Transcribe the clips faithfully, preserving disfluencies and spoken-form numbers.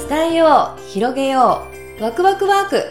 伝えよう、広げよう、ワクワクワーク。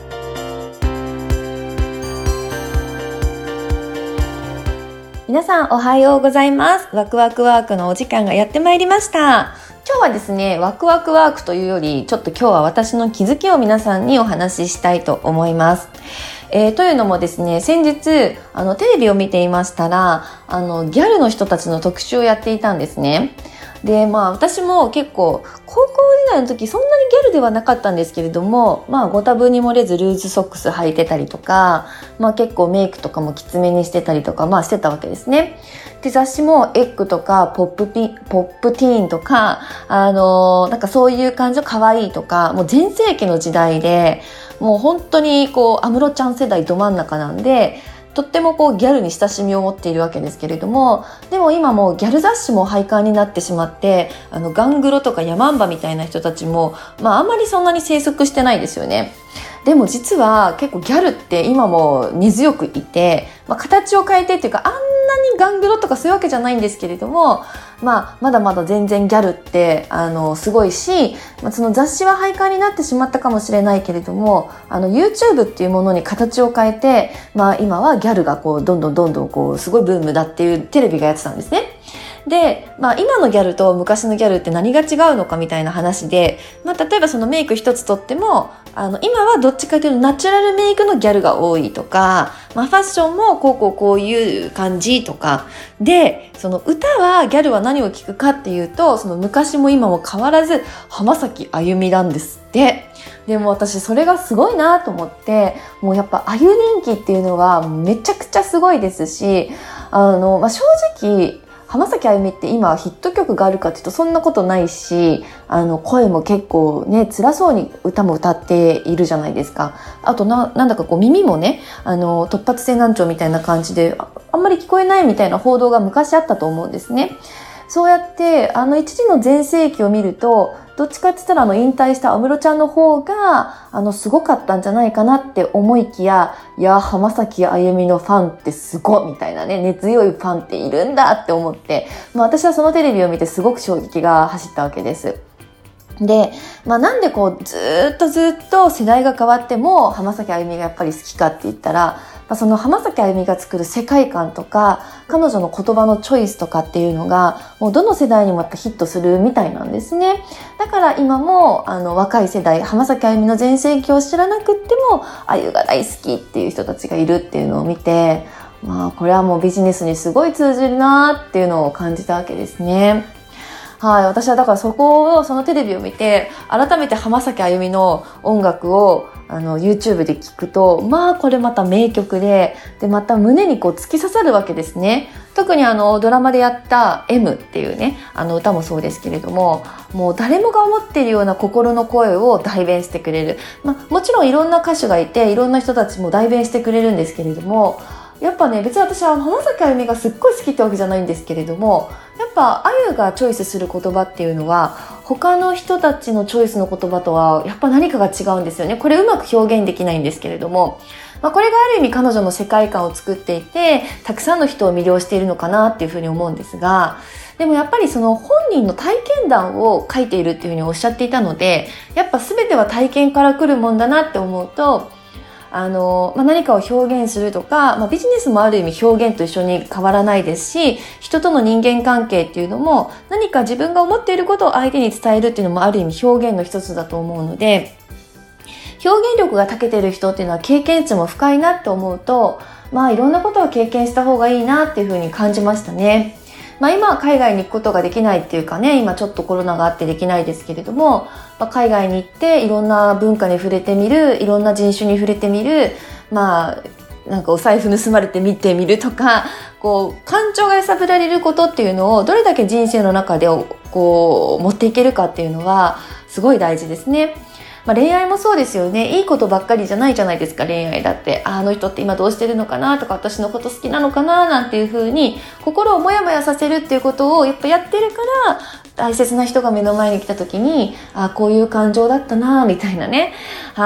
皆さんおはようございます。ワクワクワークのお時間がやってまいりました。今日はですね、ワクワクワークというより、ちょっと今日は私の気づきを皆さんにお話ししたいと思います。えー、というのもですね、先日あのテレビを見ていましたら、あのギャルの人たちの特集をやっていたんですね。で、まあ私も結構高校時代の時そんなにギャルではなかったんですけれども、まあご多分に漏れずルーズソックス履いてたりとか、まあ結構メイクとかもきつめにしてたりとか、まあしてたわけですね。で、雑誌もエッグとかポップピポップティーンとか、あのー、なんかそういう感じの可愛いとか、もう全盛期の時代で、もう本当にこう安室ちゃん世代ど真ん中なんで、とってもこうギャルに親しみを持っているわけですけれども、でも今もうギャル雑誌も廃刊になってしまって、あのガングロとかヤマンバみたいな人たちも、まああんまりそんなに生息してないですよね。でも実は結構ギャルって今も根強くいて、まあ、形を変えてっていうか、あんなにガングロとかそういうわけじゃないんですけれども、まあ、まだまだ全然ギャルってあのすごいし、まあ、その雑誌は廃刊になってしまったかもしれないけれども、あの YouTube っていうものに形を変えて、まあ、今はギャルがこうどんどんどんどんこうすごいブームだっていうテレビがやってたんですね。で、まあ今のギャルと昔のギャルって何が違うのかみたいな話で、まあ例えばそのメイク一つとっても、あの今はどっちかというとナチュラルメイクのギャルが多いとか、まあファッションもこうこうこういう感じとか、で、その歌はギャルは何を聞くかっていうと、その昔も今も変わらず浜崎あゆみなんですって。でも私それがすごいなと思って、もうやっぱあゆ人気っていうのはめちゃくちゃすごいですし、あの、まあ正直、浜崎あゆみって今ヒット曲があるかっていうとそんなことないし、あの声も結構ね辛そうに歌も歌っているじゃないですか。あとな、なんだかこう耳もね、あの突発性難聴みたいな感じで あ, あんまり聞こえないみたいな報道が昔あったと思うんですね。そうやってあの一時の全盛期を見ると、どっちかって言ったらあの引退した安室ちゃんの方があのすごかったんじゃないかなって思いきや、いや浜崎あゆみのファンってすごいみたいなね、根強いファンっているんだって思って、まあ、私はそのテレビを見てすごく衝撃が走ったわけです。で、まあ、なんでこうずーっとずっと世代が変わっても浜崎あゆみがやっぱり好きかって言ったら、まあ、その浜崎あゆみが作る世界観とか彼女の言葉のチョイスとかっていうのがもうどの世代にもやっぱヒットするみたいなんですね。だから今もあの若い世代、浜崎あゆみの全盛期を知らなくってもあゆが大好きっていう人たちがいるっていうのを見て、まあこれはもうビジネスにすごい通じるなっていうのを感じたわけですね。はい、私はだからそこをそのテレビを見て改めて浜崎あゆみの音楽をあの YouTube で聞くと、まあこれまた名曲で、でまた胸にこう突き刺さるわけですね。特にあのドラマでやった エム っていうね、あの歌もそうですけれども、もう誰もが思っているような心の声を代弁してくれる。まあもちろんいろんな歌手がいていろんな人たちも代弁してくれるんですけれども、やっぱね、別に私は浜崎あゆみがすっごい好きってわけじゃないんですけれども、やっぱあゆがチョイスする言葉っていうのは他の人たちのチョイスの言葉とはやっぱ何かが違うんですよね。これうまく表現できないんですけれども、まあ、これがある意味彼女の世界観を作っていてたくさんの人を魅了しているのかなっていうふうに思うんですが、でもやっぱりその本人の体験談を書いているっていうふうにおっしゃっていたので、やっぱ全ては体験から来るもんだなって思うと、あの、まあ、何かを表現するとか、まあ、ビジネスもある意味表現と一緒に変わらないですし、人との人間関係っていうのも何か自分が思っていることを相手に伝えるっていうのもある意味表現の一つだと思うので、表現力が長けてる人っていうのは経験値も深いなって思うと、まあいろんなことを経験した方がいいなっていうふうに感じましたね。まあ今は海外に行くことができないっていうかね、今ちょっとコロナがあってできないですけれども、まあ、海外に行っていろんな文化に触れてみる、いろんな人種に触れてみる、まあなんかお財布盗まれて見てみるとか、こう感情が揺さぶられることっていうのをどれだけ人生の中でこう持っていけるかっていうのはすごい大事ですね。まあ、恋愛もそうですよね。いいことばっかりじゃないじゃないですか、恋愛だって。あの人って今どうしてるのかなとか、私のこと好きなのかななんていう風に心をモヤモヤさせるっていうことをやっぱやってるから、大切な人が目の前に来た時に、あ、こういう感情だったなみたいなね、はい、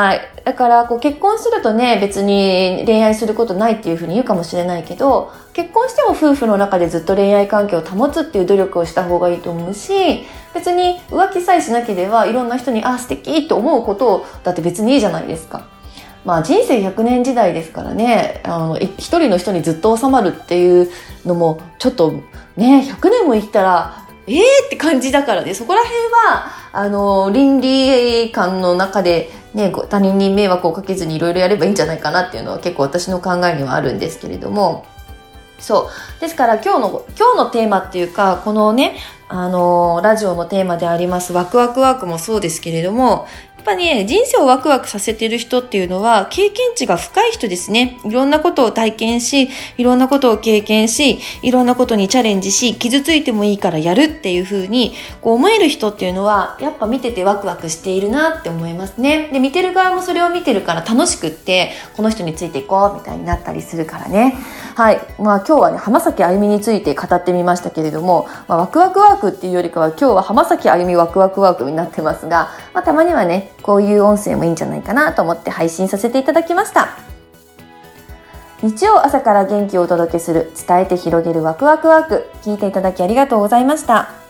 だからこう結婚するとね、別に恋愛することないっていうふうに言うかもしれないけど、結婚しても夫婦の中でずっと恋愛関係を保つっていう努力をした方がいいと思うし、別に浮気さえしなければいろんな人にあ素敵と思うことだって別にいいじゃないですか。まあ人生ひゃくねん時代ですからね、あの一人の人にずっと収まるっていうのもちょっとね、ひゃくねんも生きたらえーって感じだからね、そこら辺はあの倫理観の中でね、他人に迷惑をかけずにいろいろやればいいんじゃないかなっていうのは結構私の考えにはあるんですけれども、そうですから今日の今日のテーマっていうか、このねあのラジオのテーマでありますワクワクワークもそうですけれども、やっぱね、人生をワクワクさせている人っていうのは経験値が深い人ですね。いろんなことを体験し、いろんなことを経験し、いろんなことにチャレンジし、傷ついてもいいからやるっていう風にこう思える人っていうのはやっぱ見ててワクワクしているなって思いますね。で、見てる側もそれを見てるから楽しくって、この人についていこうみたいになったりするからね。はい。まあ今日はね、浜崎あゆみについて語ってみましたけれども、まあ、ワクワクワークっていうよりかは今日は浜崎あゆみワクワクワークになってますが、まあたまにはね、こういう音声もいいんじゃないかなと思って配信させていただきました。日曜朝から元気をお届けする伝えて広げるワクワクワーク、聞いていただきありがとうございました。